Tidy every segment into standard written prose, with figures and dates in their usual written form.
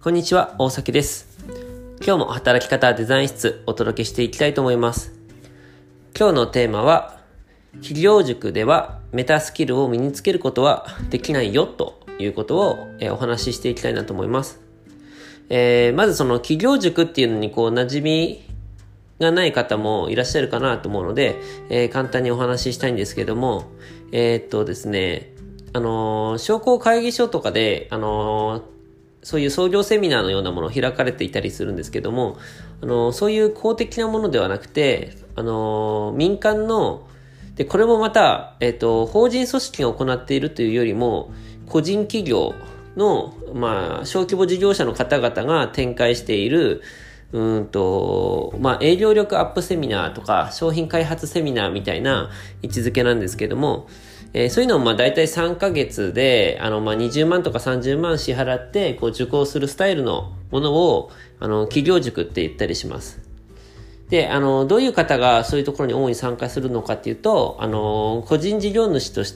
こんにちは、大崎です。今日も働き方デザイン室お届けしていきたいと思います。今日のテーマは、企業塾ではメタスキルを身につけることはできないよということをお話ししていきたいなと思います。まずその企業塾っていうのに馴染みがない方もいらっしゃるかなと思うので、簡単にお話ししたいんですけども、ですね、商工会議所とかで、そういう創業セミナーのようなものを開かれていたりするんですけども、そういう公的なものではなくて、民間の、で、これもまた、法人組織が行っているというよりも、個人企業の、小規模事業者の方々が展開している、営業力アップセミナーとか、商品開発セミナーみたいな位置づけなんですけども、そういうのを大体3ヶ月で20万とか30万支払って受講するスタイルのものを企業塾って言ったりします。で、どういう方がそういうところに主に参加するのかっていうと、個人事業主として、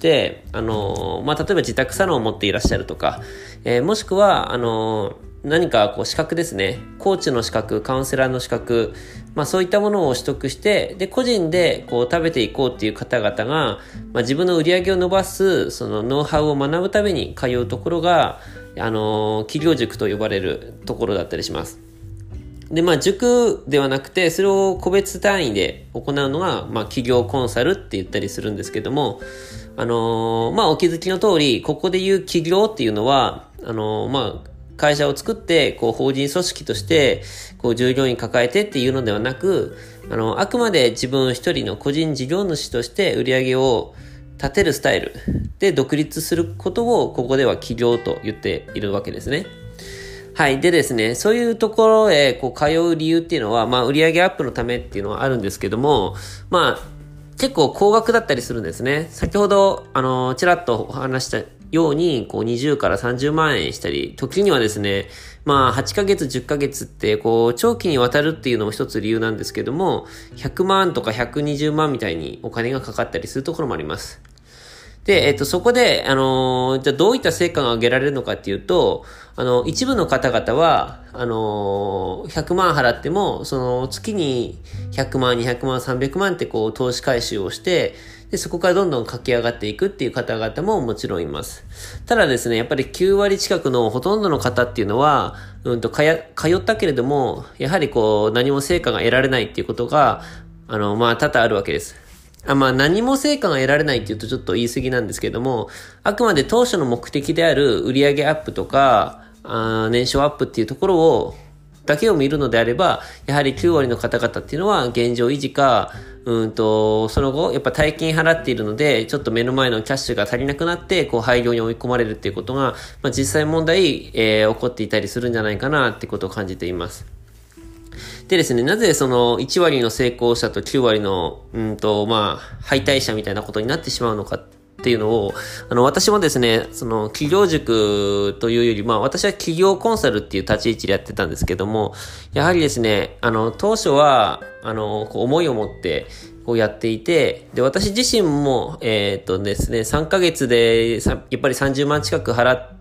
例えば自宅サロンを持っていらっしゃるとか、もしくは何か資格ですね、コーチの資格、カウンセラーの資格、そういったものを取得して、で、個人で食べていこうっていう方々が、自分の売り上げを伸ばす、そのノウハウを学ぶために通うところが、企業塾と呼ばれるところだったりします。で、塾ではなくて、それを個別単位で行うのが、企業コンサルって言ったりするんですけども、お気づきの通り、ここで言う企業っていうのは、会社を作って、法人組織として、従業員抱えてっていうのではなく、あくまで自分一人の個人事業主として売り上げを立てるスタイルで独立することを、ここでは起業と言っているわけですね。はい。でですね、そういうところへ通う理由っていうのは、売上アップのためっていうのはあるんですけども、結構高額だったりするんですね。先ほど、ちらっとお話したように、20から30万円したり、時にはですね、8ヶ月、10ヶ月って、長期にわたるっていうのも一つ理由なんですけども、100万とか120万みたいにお金がかかったりするところもあります。で、そこで、じゃあどういった成果が上げられるのかっていうと、一部の方々は、100万払っても、その月に100万、200万、300万って投資回収をして、で、そこからどんどん駆け上がっていくっていう方々ももちろんいます。ただですね、やっぱり9割近くのほとんどの方っていうのは、通ったけれども、やはり何も成果が得られないっていうことが、多々あるわけです。何も成果が得られないっていうとちょっと言い過ぎなんですけども、あくまで当初の目的である売上アップとか、年商アップっていうところだけを見るのであれば、やはり9割の方々っていうのは現状維持か、その後、やっぱ大金払っているので、ちょっと目の前のキャッシュが足りなくなって、廃業に追い込まれるっていうことが、実際問題、起こっていたりするんじゃないかなってことを感じています。でですね、なぜその1割の成功者と9割の、敗退者みたいなことになってしまうのかっていうのを、私もですね、その企業塾というより、私は企業コンサルっていう立ち位置でやってたんですけども、やはりですね、当初は、思いを持って、やっていて、で、私自身も、ですね、3ヶ月で、やっぱり30万近く払った、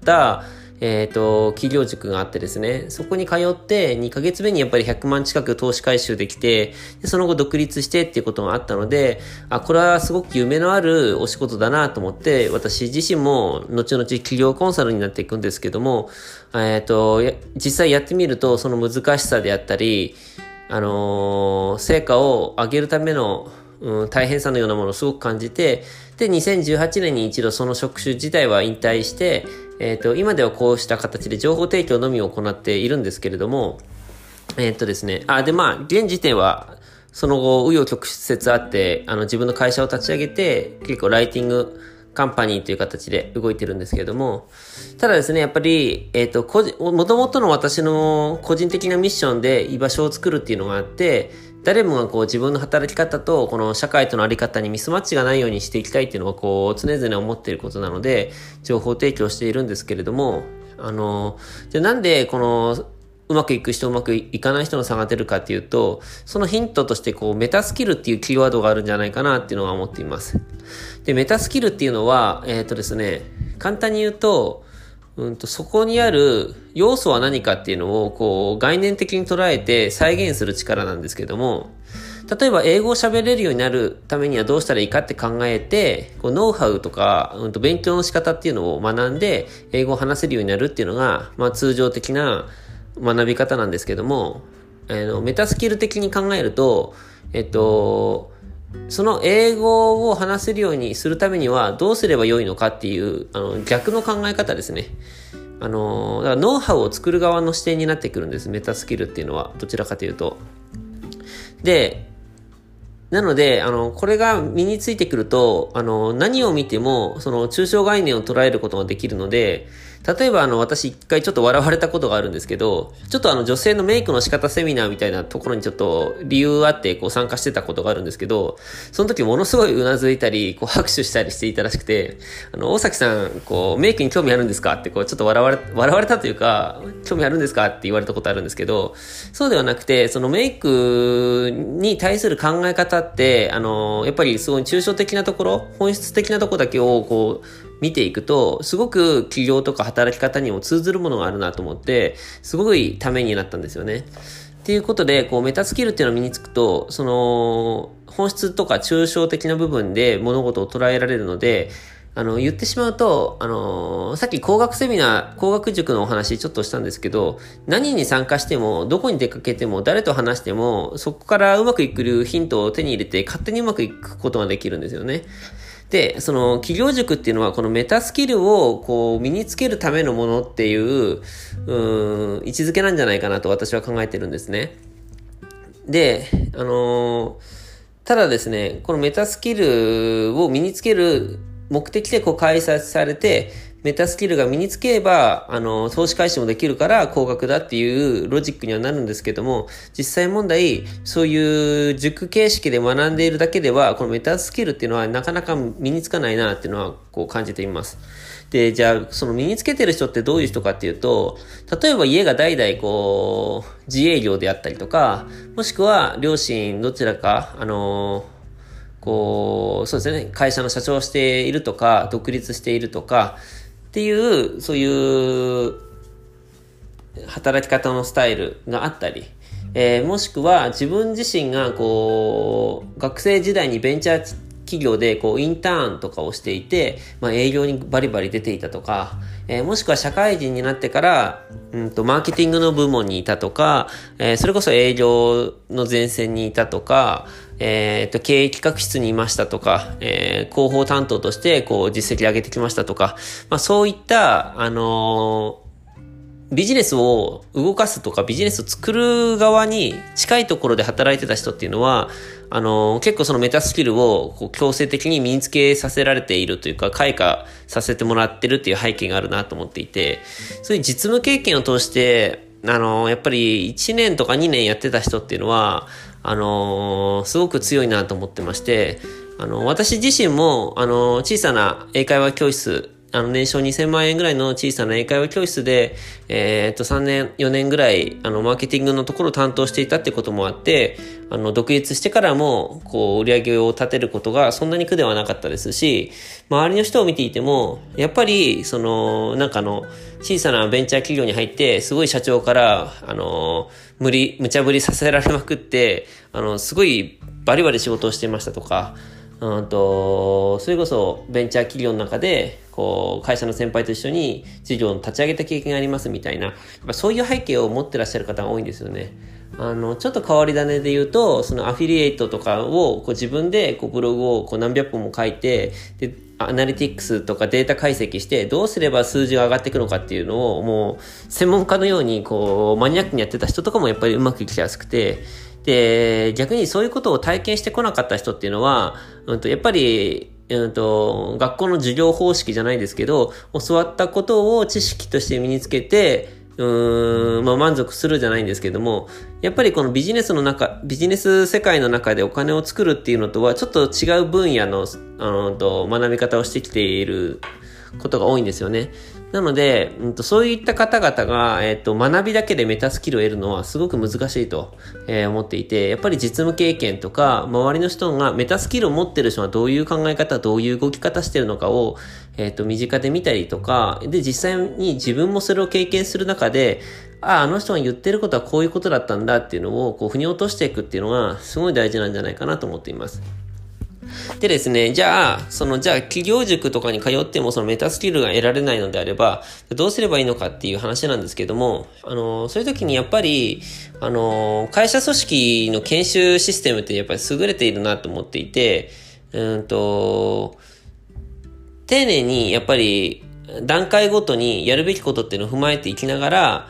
企業塾があってですね、そこに通って2ヶ月目にやっぱり100万近く投資回収できて、でその後独立してっていうことがあったので、これはすごく夢のあるお仕事だなと思って、私自身も後々企業コンサルになっていくんですけども、実際やってみるとその難しさであったり、成果を上げるための大変さのようなものをすごく感じて、で、2018年に一度その職種自体は引退して、今ではこうした形で情報提供のみを行っているんですけれども、ですね、現時点は、その後、紆余曲折あって、自分の会社を立ち上げて、結構ライティングカンパニーという形で動いてるんですけれども、ただですね、やっぱり、もともとの私の個人的なミッションで居場所を作るっていうのがあって、誰もが自分の働き方とこの社会とのあり方にミスマッチがないようにしていきたいっていうのは常々思っていることなので、情報提供しているんですけれども、じゃあなんでうまくいく人うまくいかない人の差が出るかっていうと、そのヒントとしてメタスキルっていうキーワードがあるんじゃないかなっていうのは思っています。で、メタスキルっていうのは、ですね、簡単に言うと、 そこにある要素は何かっていうのをこう概念的に捉えて再現する力なんですけども、例えば英語を喋れるようになるためにはどうしたらいいかって考えて、こうノウハウとか、勉強の仕方っていうのを学んで英語を話せるようになるっていうのが、通常的な学び方なんですけども、メタスキル的に考えると、その英語を話せるようにするためにはどうすればよいのかっていう、逆の考え方ですね。だからノウハウを作る側の視点になってくるんです。メタスキルっていうのは、どちらかというと。で、なので、これが身についてくると、何を見ても、その抽象概念を捉えることができるので、例えば私一回ちょっと笑われたことがあるんですけど、ちょっと女性のメイクの仕方セミナーみたいなところにちょっと理由あってこう参加してたことがあるんですけど、その時ものすごいうなずいたり、こう拍手したりしていたらしくて、大崎さん、こうメイクに興味あるんですかってこうちょっと笑われたというか、興味あるんですかって言われたことあるんですけど、そうではなくて、そのメイクに対する考え方って、やっぱりすごい抽象的なところ、本質的なところだけをこう、見ていくと、すごく企業とか働き方にも通ずるものがあるなと思って、すごいためになったんですよね。っていうことで、こうメタスキルっていうのを身につくと、その、本質とか抽象的な部分で物事を捉えられるので、言ってしまうと、さっき工学塾のお話ちょっとしたんですけど、何に参加しても、どこに出かけても、誰と話しても、そこからうまくいくヒントを手に入れて、勝手にうまくいくことができるんですよね。で、その企業塾っていうのはこのメタスキルをこう身につけるためのものっていう、位置づけなんじゃないかなと私は考えてるんですね。で、ただですね、このメタスキルを身につける目的でこう開催されて、メタスキルが身につければ、投資開始もできるから高額だっていうロジックにはなるんですけども、実際問題、そういう塾形式で学んでいるだけでは、このメタスキルっていうのはなかなか身につかないなっていうのはこう感じています。で、じゃあ、その身につけてる人ってどういう人かっていうと、例えば家が代々こう、自営業であったりとか、もしくは両親どちらか、そうですね、会社の社長をしているとか、独立しているとか、っていう、そういう働き方のスタイルがあったり、もしくは自分自身がこう、学生時代にベンチャー企業でこうインターンとかをしていて、営業にバリバリ出ていたとか、もしくは社会人になってから、マーケティングの部門にいたとか、それこそ営業の前線にいたとか、経営企画室にいましたとか、広報担当としてこう実績上げてきましたとか、そういった、ビジネスを動かすとかビジネスを作る側に近いところで働いてた人っていうのは、結構そのメタスキルをこう強制的に身につけさせられているというか、開花させてもらってるっていう背景があるなと思っていて、そういう実務経験を通して、やっぱり1年とか2年やってた人っていうのは、すごく強いなと思ってまして、私自身も、小さな英会話教室、年商2000万円ぐらいの小さな英会話教室で、3年、4年ぐらい、マーケティングのところを担当していたってこともあって、独立してからも、こう、売り上げを立てることがそんなに苦ではなかったですし、周りの人を見ていても、やっぱり、小さなベンチャー企業に入って、すごい社長から、無茶ぶりさせられまくって、すごいバリバリ仕事をしていましたとか、それこそベンチャー企業の中でこう会社の先輩と一緒に事業を立ち上げた経験がありますみたいな、やっぱそういう背景を持ってらっしゃる方が多いんですよね。ちょっと変わり種で言うと、そのアフィリエイトとかをこう自分でこうブログをこう何百本も書いて、でアナリティクスとかデータ解析してどうすれば数字が上がっていくのかっていうのをもう専門家のようにこうマニアックにやってた人とかもやっぱりうまくいきやすくて、で逆にそういうことを体験してこなかった人っていうのは、やっぱり学校の授業方式じゃないですけど、教わったことを知識として身につけて満足するじゃないんですけども、やっぱりこのビジネス世界の中でお金を作るっていうのとはちょっと違う分野の学び方をしてきていることが多いんですよね。 なので、そういった方々が、学びだけでメタスキルを得るのはすごく難しいと、思っていて、やっぱり実務経験とか、周りの人がメタスキルを持ってる人はどういう考え方、どういう動き方してるのかを、身近で見たりとか、で、実際に自分もそれを経験する中で、あの人が言ってることはこういうことだったんだっていうのを、腑に落としていくっていうのが、すごい大事なんじゃないかなと思っています。でですね、じゃあ企業塾とかに通ってもそのメタスキルが得られないのであれば、どうすればいいのかっていう話なんですけども、そういう時にやっぱり、会社組織の研修システムってやっぱり優れているなと思っていて、丁寧にやっぱり段階ごとにやるべきことっていうのを踏まえていきながら、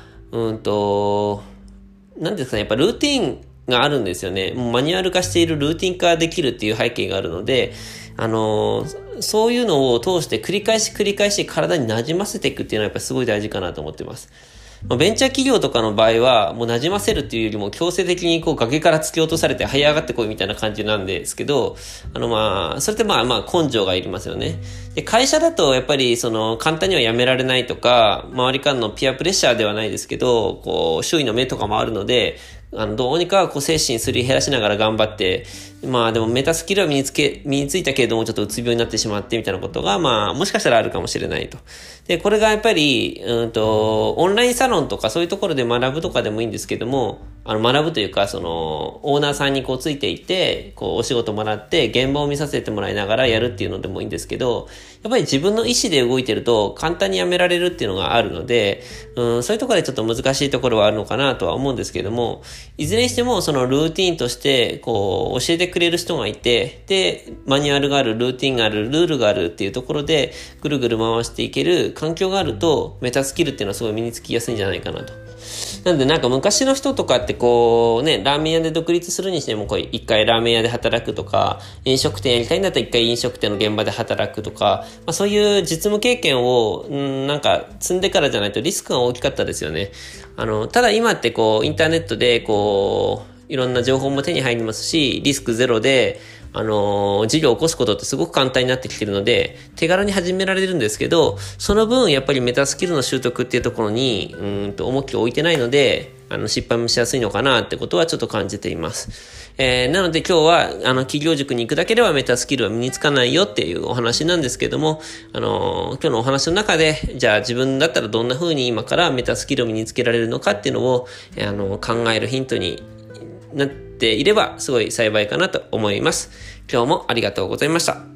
なんですかね、やっぱルーティンがあるんですよね。もうマニュアル化しているルーティン化できるっていう背景があるので、そういうのを通して繰り返し体に馴染ませていくっていうのはやっぱりすごい大事かなと思ってます。ベンチャー企業とかの場合は、もう馴染ませるっていうよりも強制的に崖から突き落とされて這い上がってこいみたいな感じなんですけど、それって根性がいりますよね。で、会社だとやっぱり簡単には辞められないとか、周りからのピアプレッシャーではないですけど、周囲の目とかもあるので、どうにか精神すり減らしながら頑張って、でもメタスキルは身についたけれどもちょっとうつ病になってしまってみたいなことが、もしかしたらあるかもしれないと。で、これがやっぱり、オンラインサロンとかそういうところで学ぶとかでもいいんですけども、学ぶというか、オーナーさんについていて、お仕事もらって、現場を見させてもらいながらやるっていうのでもいいんですけど、やっぱり自分の意思で動いてると簡単にやめられるっていうのがあるので、そういうところでちょっと難しいところはあるのかなとは思うんですけども、いずれにしてもそのルーティンとして、教えてくれる人がいて、で、マニュアルがある、ルーティンがある、ルールがあるっていうところで、ぐるぐる回していける環境があると、メタスキルっていうのはすごい身につきやすいんじゃないかなと。なんで昔の人とかってラーメン屋で独立するにしても一回ラーメン屋で働くとか、飲食店やりたいんだったら一回飲食店の現場で働くとか、そういう実務経験を、積んでからじゃないとリスクが大きかったですよね。ただ今ってインターネットでいろんな情報も手に入りますし、リスクゼロで、事業を起こすことってすごく簡単になってきてるので、手軽に始められるんですけど、その分やっぱりメタスキルの習得っていうところに、重きを置いてないので、失敗もしやすいのかなってことはちょっと感じています。なので今日は、企業塾に行くだけではメタスキルは身につかないよっていうお話なんですけども、今日のお話の中で、じゃあ自分だったらどんな風に今からメタスキルを身につけられるのかっていうのを、考えるヒントになっていればすごい幸いかなと思います。今日もありがとうございました。